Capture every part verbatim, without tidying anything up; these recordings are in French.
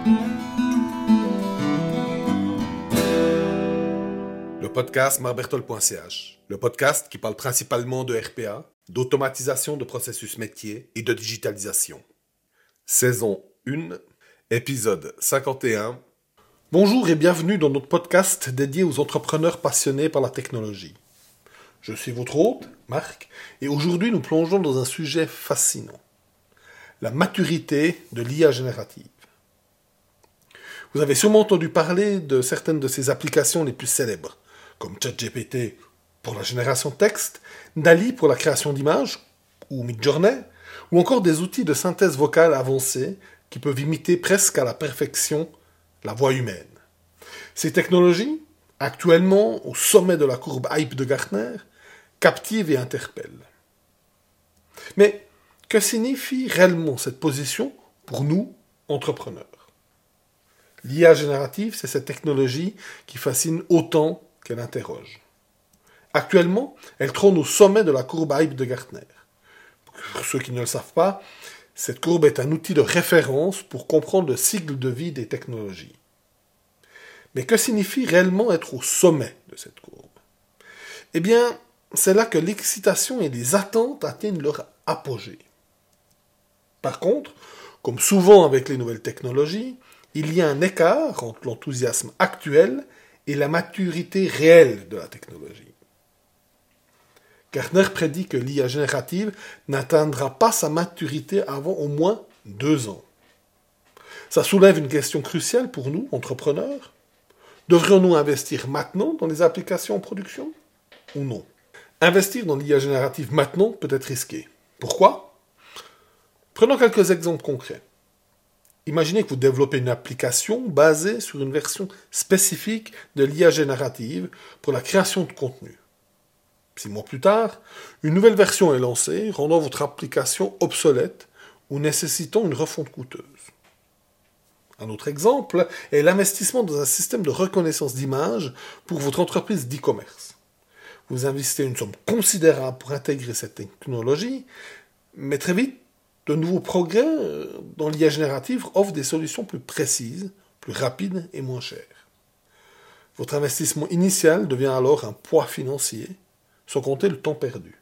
Le podcast marbertol point c h, le podcast qui parle principalement de R P A, d'automatisation de processus métiers et de digitalisation. Saison un, épisode cinquante et un. Bonjour et bienvenue dans notre podcast dédié aux entrepreneurs passionnés par la technologie. Je suis votre hôte, Marc, et aujourd'hui nous plongeons dans un sujet fascinant. La maturité de l'I A générative. Vous avez sûrement entendu parler de certaines de ces applications les plus célèbres, comme ChatGPT pour la génération de texte, DALL-E pour la création d'images, ou Midjourney, ou encore des outils de synthèse vocale avancés qui peuvent imiter presque à la perfection la voix humaine. Ces technologies, actuellement au sommet de la courbe hype de Gartner, captivent et interpellent. Mais que signifie réellement cette position pour nous, entrepreneurs ? L'I A générative, c'est cette technologie qui fascine autant qu'elle interroge. Actuellement, elle trône au sommet de la courbe hype de Gartner. Pour ceux qui ne le savent pas, cette courbe est un outil de référence pour comprendre le cycle de vie des technologies. Mais que signifie réellement être au sommet de cette courbe ? Eh bien, c'est là que l'excitation et les attentes atteignent leur apogée. Par contre, comme souvent avec les nouvelles technologies, il y a un écart entre l'enthousiasme actuel et la maturité réelle de la technologie. Gartner prédit que l'I A générative n'atteindra pas sa maturité avant au moins deux ans. Ça soulève une question cruciale pour nous, entrepreneurs. Devrions-nous investir maintenant dans les applications en production ou non ? Investir dans l'I A générative maintenant peut être risqué. Pourquoi ? Prenons quelques exemples concrets. Imaginez que vous développez une application basée sur une version spécifique de l'I A générative pour la création de contenu. Six mois plus tard, une nouvelle version est lancée, rendant votre application obsolète ou nécessitant une refonte coûteuse. Un autre exemple est l'investissement dans un système de reconnaissance d'images pour votre entreprise d'e-commerce. Vous investissez une somme considérable pour intégrer cette technologie, mais très vite, de nouveaux progrès dans l'I A générative offrent des solutions plus précises, plus rapides et moins chères. Votre investissement initial devient alors un poids financier, sans compter le temps perdu.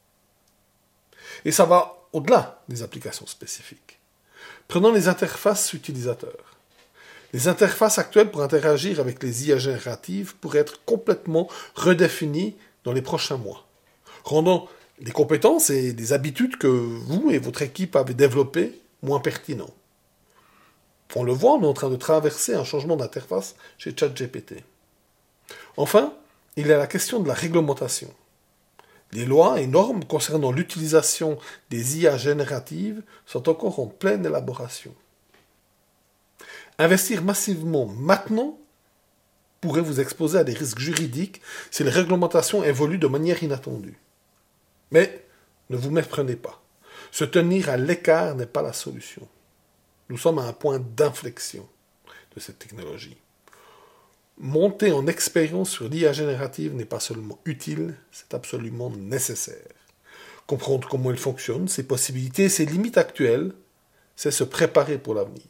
Et ça va au-delà des applications spécifiques. Prenons les interfaces utilisateurs. Les interfaces actuelles pour interagir avec les I A génératives pourraient être complètement redéfinies dans les prochains mois, rendant les compétences et les habitudes que vous et votre équipe avez développées moins pertinents. On le voit, on est en train de traverser un changement d'interface chez ChatGPT. Enfin, il y a la question de la réglementation. Les lois et normes concernant l'utilisation des I A génératives sont encore en pleine élaboration. Investir massivement maintenant pourrait vous exposer à des risques juridiques si les réglementations évoluent de manière inattendue. Mais ne vous méprenez pas. Se tenir à l'écart n'est pas la solution. Nous sommes à un point d'inflexion de cette technologie. Monter en expérience sur l'I A générative n'est pas seulement utile, c'est absolument nécessaire. Comprendre comment elle fonctionne, ses possibilités et ses limites actuelles, c'est se préparer pour l'avenir.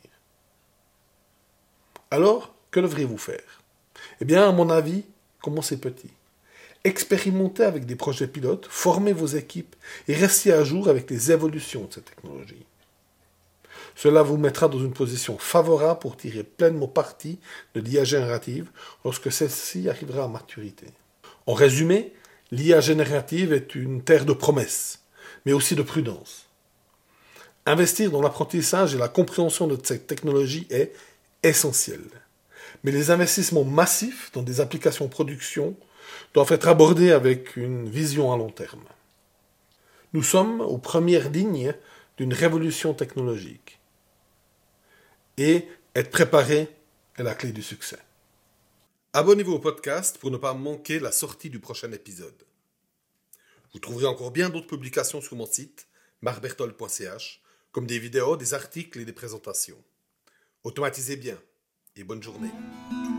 Alors, que devriez-vous faire ? Eh bien, à mon avis, commencez petit. Expérimentez avec des projets pilotes, formez vos équipes et restez à jour avec les évolutions de cette technologie. Cela vous mettra dans une position favorable pour tirer pleinement parti de l'I A générative lorsque celle-ci arrivera à maturité. En résumé, l'I A générative est une terre de promesses, mais aussi de prudence. Investir dans l'apprentissage et la compréhension de cette technologie est essentiel. Mais les investissements massifs dans des applications de production doivent être abordés avec une vision à long terme. Nous sommes aux premières lignes d'une révolution technologique. Et être préparé est la clé du succès. Abonnez-vous au podcast pour ne pas manquer la sortie du prochain épisode. Vous trouverez encore bien d'autres publications sur mon site, marbertol point c h, comme des vidéos, des articles et des présentations. Automatisez bien et bonne journée.